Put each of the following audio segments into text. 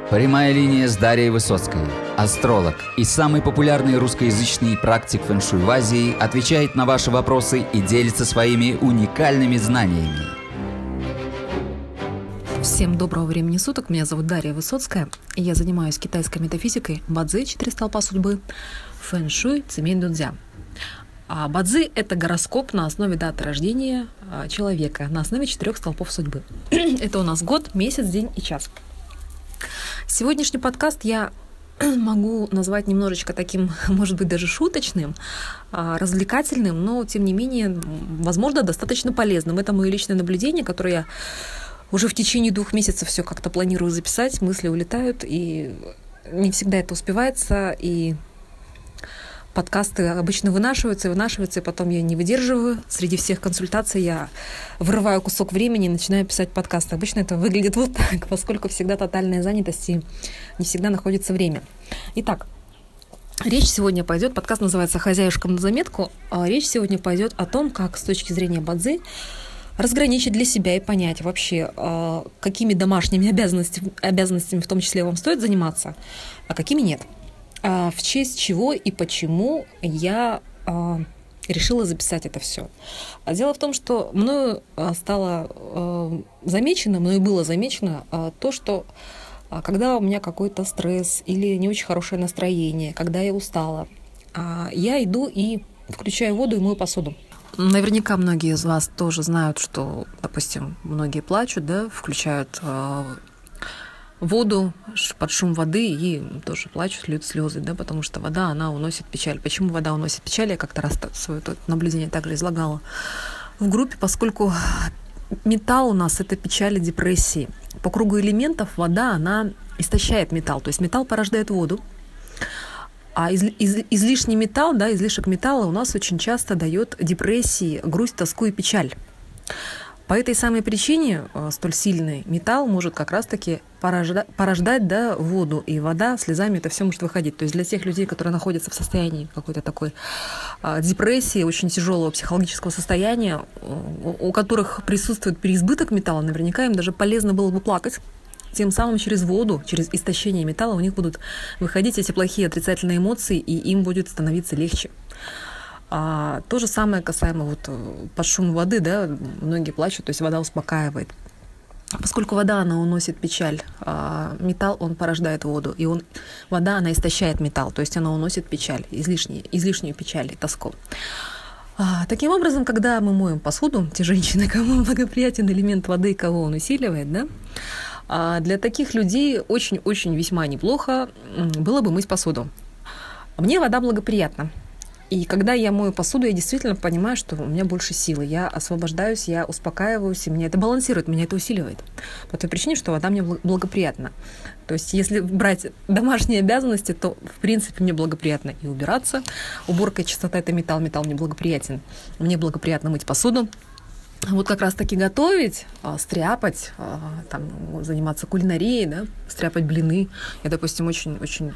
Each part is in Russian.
Прямая линия с Дарьей Высоцкой. Астролог и самый популярный русскоязычный практик фэн-шуй в Азии отвечает на ваши вопросы и делится своими уникальными знаниями. Всем доброго времени суток. Меня зовут Дарья Высоцкая, и я занимаюсь китайской метафизикой, бадзи, 4 столпа судьбы, фэн-шуй, цимень дунцзя. А бадзи – это гороскоп на основе даты рождения человека, на основе 4 столпов судьбы. Это у нас год, месяц, день и час. Сегодняшний подкаст я могу назвать немножечко таким, может быть, даже шуточным, развлекательным, но, тем не менее, возможно, достаточно полезным. Это мое личное наблюдение, которое я уже в течение 2 месяцев все как-то планирую записать, мысли улетают, и не всегда это успевается, и подкасты обычно вынашиваются, и потом я не выдерживаю. Среди всех консультаций я вырываю кусок времени и начинаю писать подкасты. Обычно это выглядит вот так, поскольку всегда тотальная занятость и не всегда находится время. Итак, речь сегодня пойдет, подкаст называется «Хозяюшкам на заметку», речь сегодня пойдет о том, как с точки зрения бадзи разграничить для себя и понять вообще, какими домашними обязанностями в том числе вам стоит заниматься, а какими нет. В честь чего и почему я решила записать это все. Дело в том, что мною было замечено то, что когда у меня какой-то стресс или не очень хорошее настроение, когда я устала, я иду и включаю воду и мою посуду. Наверняка многие из вас тоже знают, что, допустим, многие плачут, да, включают воду под шум воды и тоже плачут, льют слезы, да, потому что вода, она уносит печаль. Почему вода уносит печаль? Я как-то раз свое наблюдение также излагала в группе, поскольку металл у нас — это печаль и депрессии. По кругу элементов вода, она истощает металл, то есть металл порождает воду, а излишний металл, да, излишек металла у нас очень часто дает депрессии, грусть, тоску и печаль. По этой самой причине столь сильный металл может как раз-таки порождать, да, воду, и вода слезами это все может выходить. То есть для тех людей, которые находятся в состоянии какой-то такой депрессии, очень тяжелого психологического состояния, у которых присутствует переизбыток металла, наверняка им даже полезно было бы плакать. Тем самым через воду, через истощение металла у них будут выходить эти плохие отрицательные эмоции, и им будет становиться легче. То же самое касаемо под шум воды, да, многие плачут, то есть вода успокаивает. Поскольку вода, она уносит печаль, металл, он порождает воду, и вода, она истощает металл, то есть она уносит печаль, излишнюю печаль и тоску. Таким образом, когда мы моем посуду, те женщины, кому благоприятен элемент воды, кого он усиливает, да, для таких людей очень-очень весьма неплохо было бы мыть посуду. Мне вода благоприятна. И когда я мою посуду, я действительно понимаю, что у меня больше силы. Я освобождаюсь, я успокаиваюсь, и меня это балансирует, меня это усиливает. По той причине, что вода мне благоприятна. То есть если брать домашние обязанности, то, в принципе, мне благоприятно и убираться. Уборка и чистота — это металл мне благоприятен. Мне благоприятно мыть посуду. Вот как раз-таки готовить, стряпать, заниматься кулинарией, да, стряпать блины. Я, допустим, очень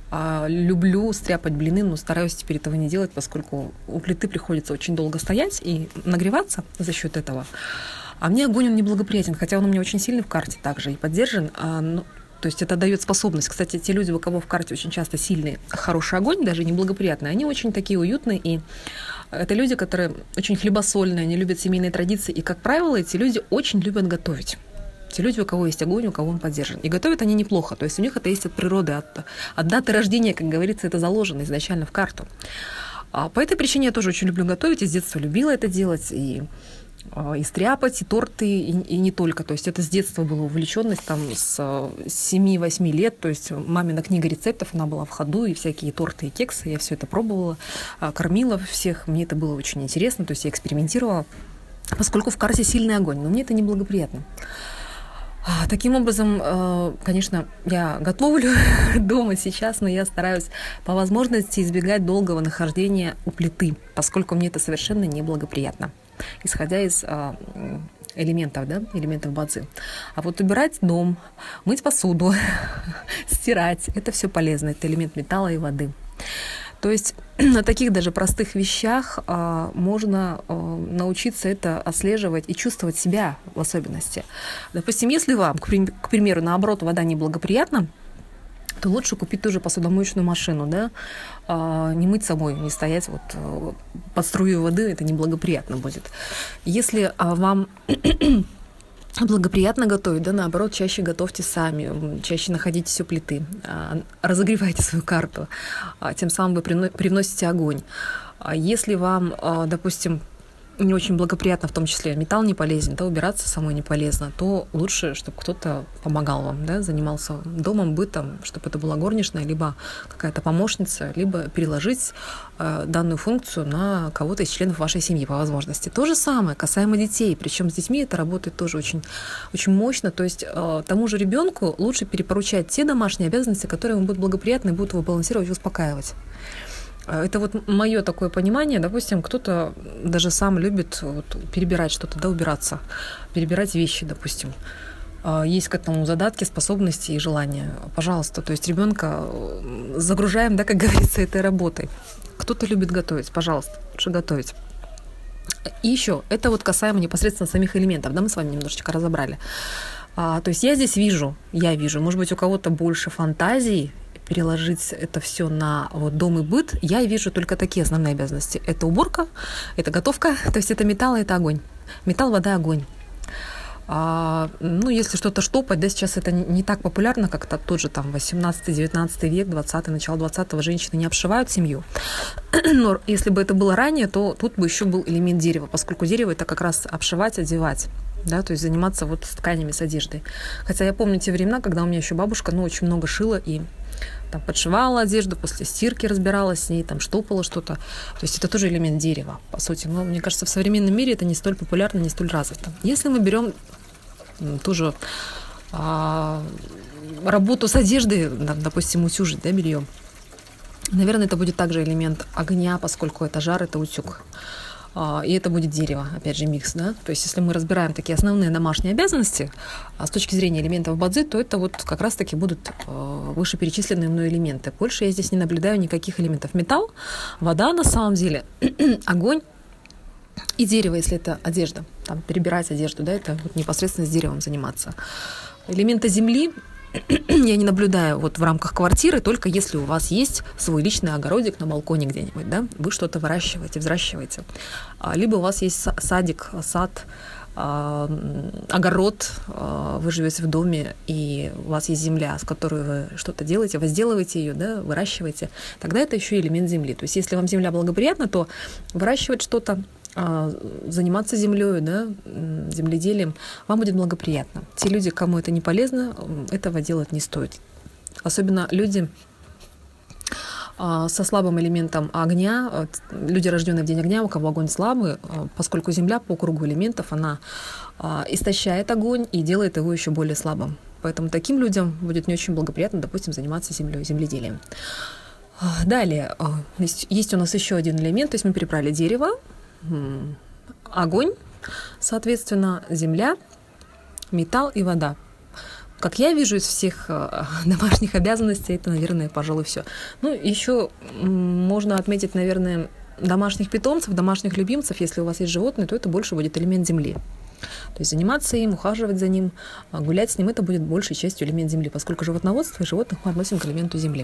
люблю стряпать блины, но стараюсь теперь этого не делать, поскольку у плиты приходится очень долго стоять и нагреваться за счет этого. А мне огонь, он неблагоприятен, хотя он у меня очень сильный в карте также и поддержан. То есть это дает способность. Кстати, те люди, у кого в карте очень часто сильный, хороший огонь, даже неблагоприятный, они очень такие уютные, и это люди, которые очень хлебосольные, они любят семейные традиции, и, как правило, эти люди очень любят готовить. Те люди, у кого есть огонь, у кого он поддержан. И готовят они неплохо. То есть у них это есть от природы, от даты рождения, как говорится, это заложено изначально в карту. По этой причине я тоже очень люблю готовить. И с детства любила это делать. И стряпать, и торты, и не только. То есть это с детства была увлеченность, с 7-8 лет. То есть мамина книга рецептов, она была в ходу, и всякие торты и кексы. Я все это пробовала, кормила всех. Мне это было очень интересно. То есть я экспериментировала, поскольку в карте сильный огонь. Но мне это неблагоприятно. Таким образом, конечно, я готовлю дома сейчас, но я стараюсь по возможности избегать долгого нахождения у плиты, поскольку мне это совершенно неблагоприятно, исходя из элементов бадзи. А вот убирать дом, мыть посуду, стирать — это все полезно, это элемент металла и воды. То есть на таких даже простых вещах можно научиться это отслеживать и чувствовать себя в особенности. Допустим, если вам, к примеру, наоборот, вода неблагоприятна, то лучше купить ту же посудомоечную машину, да, не мыть самой, не стоять вот под струю воды, это неблагоприятно будет. Если вам благоприятно готовить, да, наоборот, чаще готовьте сами, чаще находитесь у плиты, разогревайте свою карту, тем самым вы привносите огонь. Если вам, допустим, не очень благоприятно, в том числе металл не полезен, да, убираться самой не полезно, то лучше, чтобы кто-то помогал вам, да, занимался домом, бытом, чтобы это была горничная, либо какая-то помощница, либо переложить данную функцию на кого-то из членов вашей семьи по возможности. То же самое касаемо детей, причем с детьми это работает тоже очень, очень мощно, то есть тому же ребенку лучше перепоручать те домашние обязанности, которые ему будут благоприятны и будут его балансировать и успокаивать. Это вот мое такое понимание. Допустим, кто-то даже сам любит вот перебирать что-то, да, убираться, перебирать вещи, допустим. Есть к этому задатки, способности и желания. Пожалуйста, то есть ребенка загружаем, да, как говорится, этой работой. Кто-то любит готовить, пожалуйста, лучше готовить. И еще, это вот касаемо непосредственно самих элементов, да, мы с вами немножечко разобрали. То есть я здесь вижу, может быть, у кого-то больше фантазий, переложить это все на вот дом и быт, я вижу только такие основные обязанности. Это уборка, это готовка, то есть это металл, это огонь. Металл, вода, огонь. Если что-то штопать, да, сейчас это не так популярно, как тот же там 18-19 век, 20-й, начало 20-го, женщины не обшивают семью. Но если бы это было ранее, то тут бы еще был элемент дерева, поскольку дерево это как раз обшивать, одевать. Да, то есть заниматься вот с тканями, с одеждой. Хотя я помню те времена, когда у меня еще бабушка, очень много шила и там подшивала одежду, после стирки разбиралась с ней, там штопала что-то. То есть это тоже элемент дерева, по сути. Но мне кажется, в современном мире это не столь популярно, не столь развито. Если мы берем тоже работу с одеждой, допустим, утюжить, да, белье, наверное, это будет также элемент огня, поскольку это жар, это утюг. И это будет дерево, опять же, микс, да. То есть, если мы разбираем такие основные домашние обязанности, с точки зрения элементов бадзи, то это вот как раз-таки будут вышеперечисленные мной элементы. Больше я здесь не наблюдаю никаких элементов. Металл, вода на самом деле, огонь и дерево, если это одежда. Там перебирать одежду, да, это вот непосредственно с деревом заниматься. Элементы земли я не наблюдаю вот в рамках квартиры, только если у вас есть свой личный огородик на балконе где-нибудь, да, вы что-то выращиваете, взращиваете. Либо у вас есть садик, сад, огород, вы живете в доме, и у вас есть земля, с которой вы что-то делаете, возделываете ее, да, выращиваете, тогда это еще элемент земли. То есть если вам земля благоприятна, то выращивать что-то, заниматься землей, да, земледелием, вам будет благоприятно. Те люди, кому это не полезно, этого делать не стоит. Особенно люди со слабым элементом огня, люди, рожденные в день огня, у кого огонь слабый, поскольку земля по кругу элементов, она истощает огонь и делает его еще более слабым. Поэтому таким людям будет не очень благоприятно, допустим, заниматься землей, земледелием. Далее, есть у нас еще один элемент, то есть мы перебрали дерево, огонь, соответственно, земля, металл и вода. Как я вижу из всех домашних обязанностей, это, наверное, пожалуй, все. Еще можно отметить, наверное, домашних питомцев, домашних любимцев. Если у вас есть животные, то это больше будет элемент земли. То есть заниматься им, ухаживать за ним, гулять с ним, это будет большей частью элемент земли, поскольку животноводство и животных мы относим к элементу земли.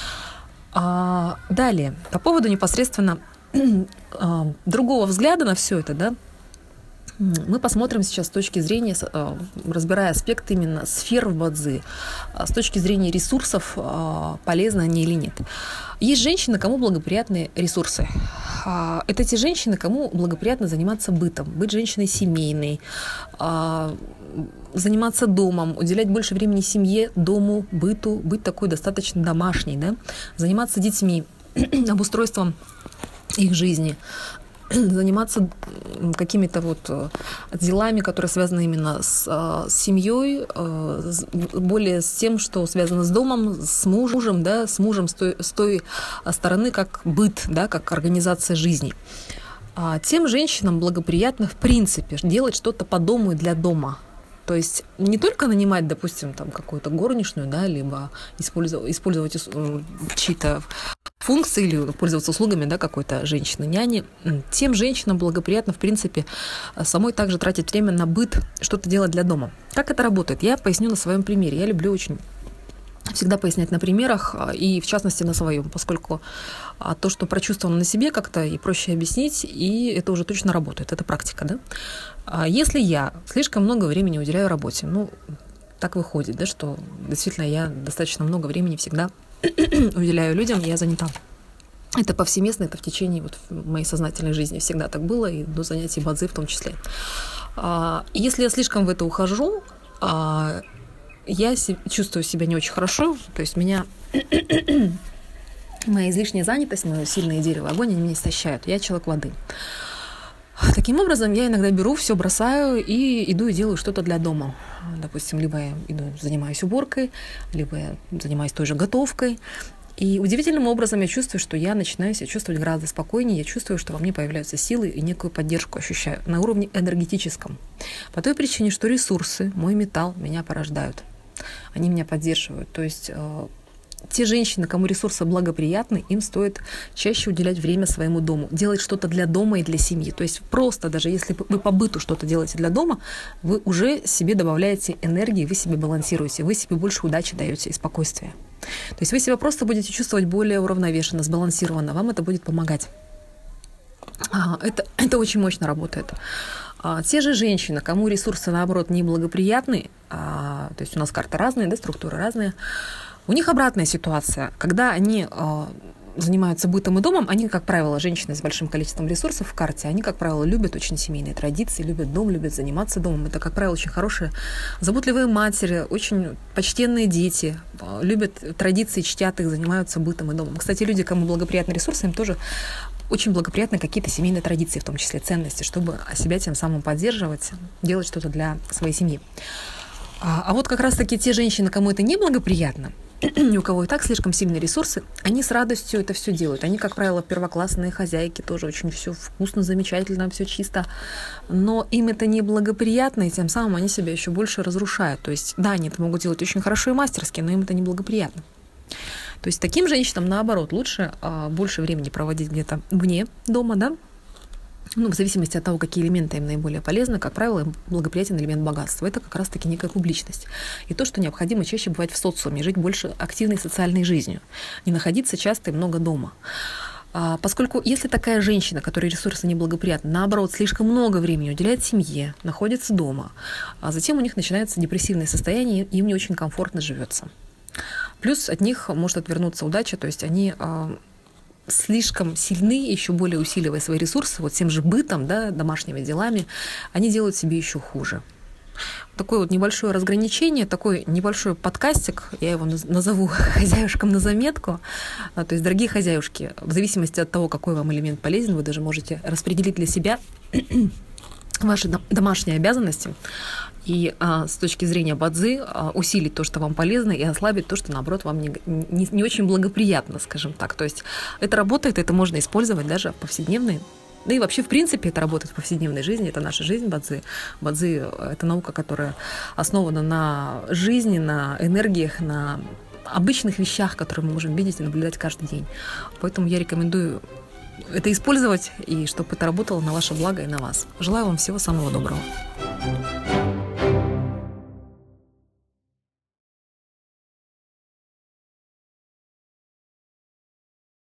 Далее, по поводу непосредственно другого взгляда на все это, да, мы посмотрим сейчас с точки зрения, разбирая аспект именно сфер в бадзи, с точки зрения ресурсов, полезны они или нет. Есть женщины, кому благоприятны ресурсы. Это те женщины, кому благоприятно заниматься бытом, быть женщиной семейной, заниматься домом, уделять больше времени семье, дому, быту, быть такой достаточно домашней, да, заниматься детьми, обустройством их жизни, заниматься какими-то вот делами, которые связаны именно с семьей, более с тем, что связано с домом, с мужем, да, с мужем с той стороны, как быт, да, как организация жизни. Тем женщинам благоприятно, в принципе, делать что-то по дому и для дома. То есть не только нанимать, допустим, там какую-то горничную, да, либо использовать чьи-то функции или пользоваться услугами, да, какой-то женщины, няни. Тем женщинам благоприятно, в принципе, самой также тратить время на быт, что-то делать для дома. Как это работает? Я поясню на своем примере. Я люблю очень всегда пояснять на примерах и, в частности, на своем, поскольку то, что прочувствовано на себе, как-то и проще объяснить, и это уже точно работает, это практика, да. Если я слишком много времени уделяю работе, так выходит, да, что действительно я достаточно много времени всегда уделяю людям, я занята. Это повсеместно, это в течение моей сознательной жизни всегда так было, и до занятий бадзи в том числе. Если я слишком в это ухожу, я чувствую себя не очень хорошо, то есть моя излишняя занятость, мое сильное дерево огонь, они меня истощают. Я человек воды. Таким образом, я иногда беру, все бросаю и иду и делаю что-то для дома. Допустим, либо я занимаюсь уборкой, либо я занимаюсь той же готовкой. И удивительным образом я чувствую, что я начинаю себя чувствовать гораздо спокойнее, я чувствую, что во мне появляются силы и некую поддержку ощущаю на уровне энергетическом. По той причине, что ресурсы, мой металл меня порождают. Они меня поддерживают. То есть те женщины, кому ресурсы благоприятны, им стоит чаще уделять время своему дому, делать что-то для дома и для семьи. То есть просто даже если вы по быту что-то делаете для дома, вы уже себе добавляете энергии, вы себе балансируете, вы себе больше удачи даете и спокойствия. То есть вы себя просто будете чувствовать более уравновешенно, сбалансированно, вам это будет помогать. Это очень мощно работает. Те же женщины, кому ресурсы, наоборот, неблагоприятны, то есть у нас карты разные, да, структуры разные, у них обратная ситуация. Когда они занимаются бытом и домом, они, как правило, женщины с большим количеством ресурсов в карте, они, как правило, любят очень семейные традиции, любят дом, любят заниматься домом. Это, как правило, очень хорошие, заботливые матери, очень почтенные дети, любят традиции, чтят их, занимаются бытом и домом. Кстати, люди, кому благоприятны ресурсы, им тоже очень благоприятны какие-то семейные традиции, в том числе ценности, чтобы себя тем самым поддерживать, делать что-то для своей семьи. А вот как раз-таки те женщины, кому это неблагоприятно, у кого и так слишком сильные ресурсы, они с радостью это все делают. Они, как правило, первоклассные хозяйки, тоже очень все вкусно, замечательно, все чисто. Но им это неблагоприятно, и тем самым они себя еще больше разрушают. То есть, да, они это могут делать очень хорошо и мастерски, но им это неблагоприятно. То есть таким женщинам, наоборот, лучше больше времени проводить где-то вне дома, да, в зависимости от того, какие элементы им наиболее полезны, как правило, им благоприятен элемент богатства. Это как раз-таки некая публичность. И то, что необходимо чаще бывать в социуме, жить больше активной социальной жизнью, не находиться часто и много дома. Поскольку если такая женщина, которой ресурсы неблагоприятны, наоборот, слишком много времени уделяет семье, находится дома, а затем у них начинается депрессивное состояние, и им не очень комфортно живется. Плюс от них может отвернуться удача, то есть они слишком сильны, еще более усиливая свои ресурсы, вот тем же бытом, да, домашними делами, они делают себе еще хуже. Такое вот небольшое разграничение, такой небольшой подкастик, я его назову хозяюшкам на заметку. То есть, дорогие хозяюшки, в зависимости от того, какой вам элемент полезен, вы даже можете распределить для себя ваши домашние обязанности и с точки зрения бадзи усилить то, что вам полезно, и ослабить то, что, наоборот, вам не очень благоприятно, скажем так. То есть это работает, это можно использовать даже в повседневной, да и вообще, в принципе, это работает в повседневной жизни, это наша жизнь, бадзи. Бадзи — это наука, которая основана на жизни, на энергиях, на обычных вещах, которые мы можем видеть и наблюдать каждый день. Поэтому я рекомендую это использовать, и чтобы это работало на ваше благо и на вас. Желаю вам всего самого доброго.